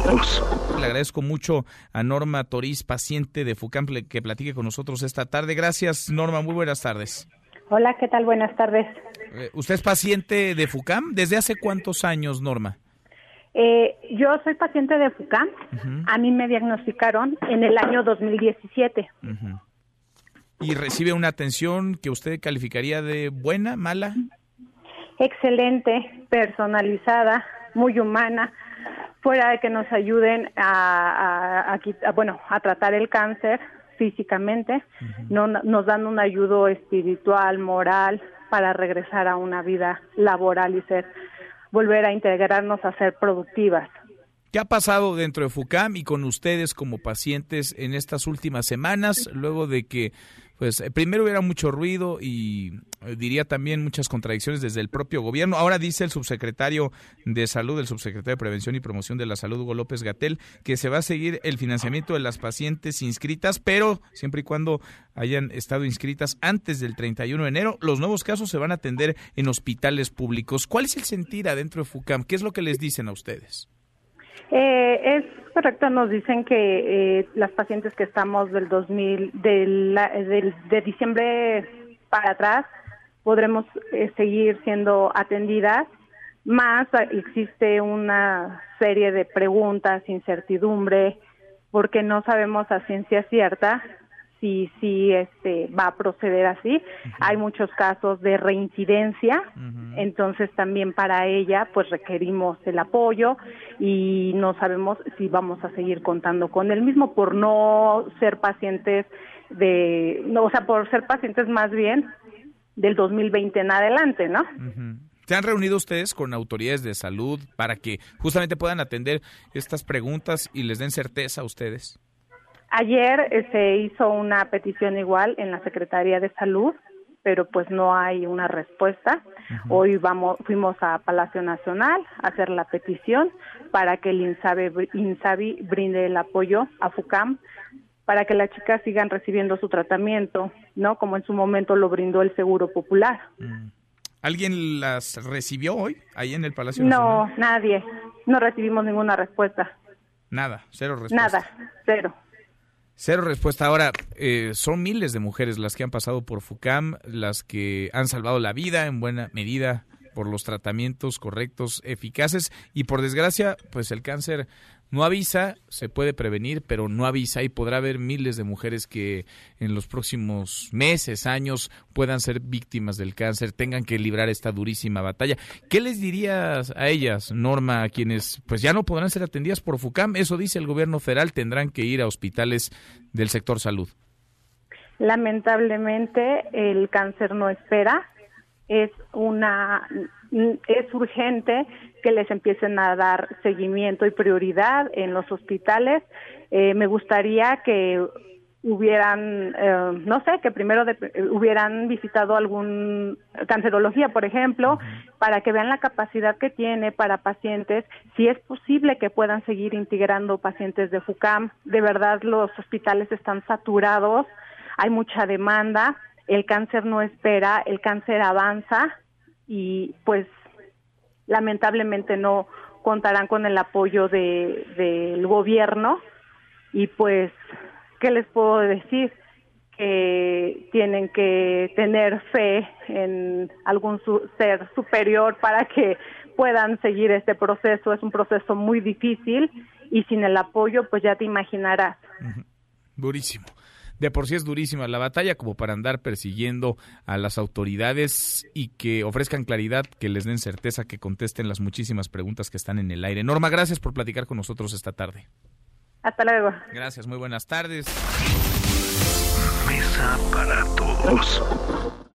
todos. Le agradezco mucho a Norma Toriz, paciente de FUCAM, que platique con nosotros esta tarde. Gracias, Norma, muy buenas tardes. Hola, ¿qué tal? Buenas tardes. ¿Usted es paciente de FUCAM? ¿Desde hace cuántos años, Norma? Yo soy paciente de FUCAM. Uh-huh. A mí me diagnosticaron en el año 2017. Uh-huh. ¿Y recibe una atención que usted calificaría de buena, mala? Excelente, personalizada, muy humana, fuera de que nos ayuden a tratar el cáncer físicamente, uh-huh. Nos dan una ayuda espiritual, moral, para regresar a una vida laboral y volver a integrarnos a ser productivas. ¿Qué ha pasado dentro de FUCAM y con ustedes como pacientes en estas últimas semanas, luego de que primero hubiera mucho ruido y diría también muchas contradicciones desde el propio gobierno? Ahora dice el subsecretario de Salud, el subsecretario de Prevención y Promoción de la Salud, Hugo López-Gatell, que se va a seguir el financiamiento de las pacientes inscritas, pero siempre y cuando hayan estado inscritas antes del 31 de enero. Los nuevos casos se van a atender en hospitales públicos. ¿Cuál es el sentir adentro de FUCAM? ¿Qué es lo que les dicen a ustedes? Es correcto, nos dicen que las pacientes que estamos del de diciembre para atrás podremos seguir siendo atendidas, más existe una serie de preguntas, incertidumbre, porque no sabemos a ciencia cierta si va a proceder así. Uh-huh. Hay muchos casos de reincidencia, uh-huh. Entonces también para ella pues requerimos el apoyo y no sabemos si vamos a seguir contando con el mismo por no ser pacientes por ser pacientes más bien del 2020 en adelante, ¿no? Uh-huh. ¿Se han reunido ustedes con autoridades de salud para que justamente puedan atender estas preguntas y les den certeza a ustedes? Ayer se hizo una petición igual en la Secretaría de Salud, pero pues no hay una respuesta. Uh-huh. Hoy fuimos a Palacio Nacional a hacer la petición para que el INSABI brinde el apoyo a FUCAM para que las chicas sigan recibiendo su tratamiento, ¿no? Como en su momento lo brindó el Seguro Popular. ¿Alguien las recibió hoy ahí en el Palacio Nacional? No, nadie. No recibimos ninguna respuesta. Nada, cero respuesta. Nada, cero. Cero respuesta. Ahora, son miles de mujeres las que han pasado por FUCAM, las que han salvado la vida en buena medida por los tratamientos correctos, eficaces, y por desgracia, pues el cáncer no avisa, se puede prevenir, pero no avisa, y podrá haber miles de mujeres que en los próximos meses, años, puedan ser víctimas del cáncer, tengan que librar esta durísima batalla. ¿Qué les dirías a ellas, Norma, a quienes pues ya no podrán ser atendidas por FUCAM? Eso dice el gobierno federal, tendrán que ir a hospitales del sector salud. Lamentablemente, el cáncer no espera. Es urgente que les empiecen a dar seguimiento y prioridad en los hospitales. Me gustaría que hubieran, que primero hubieran visitado algún cancerología, por ejemplo, para que vean la capacidad que tiene para pacientes, si es posible que puedan seguir integrando pacientes de FUCAM. De verdad, los hospitales están saturados, hay mucha demanda. El cáncer no espera, el cáncer avanza y pues lamentablemente no contarán con el apoyo del gobierno y pues, ¿qué les puedo decir? Que tienen que tener fe en algún ser superior para que puedan seguir este proceso. Es un proceso muy difícil y sin el apoyo pues ya te imaginarás. Durísimo. De por sí es durísima la batalla como para andar persiguiendo a las autoridades y que ofrezcan claridad, que les den certeza, que contesten las muchísimas preguntas que están en el aire. Norma, gracias por platicar con nosotros esta tarde. Hasta luego. Gracias, muy buenas tardes. Mesa para todos.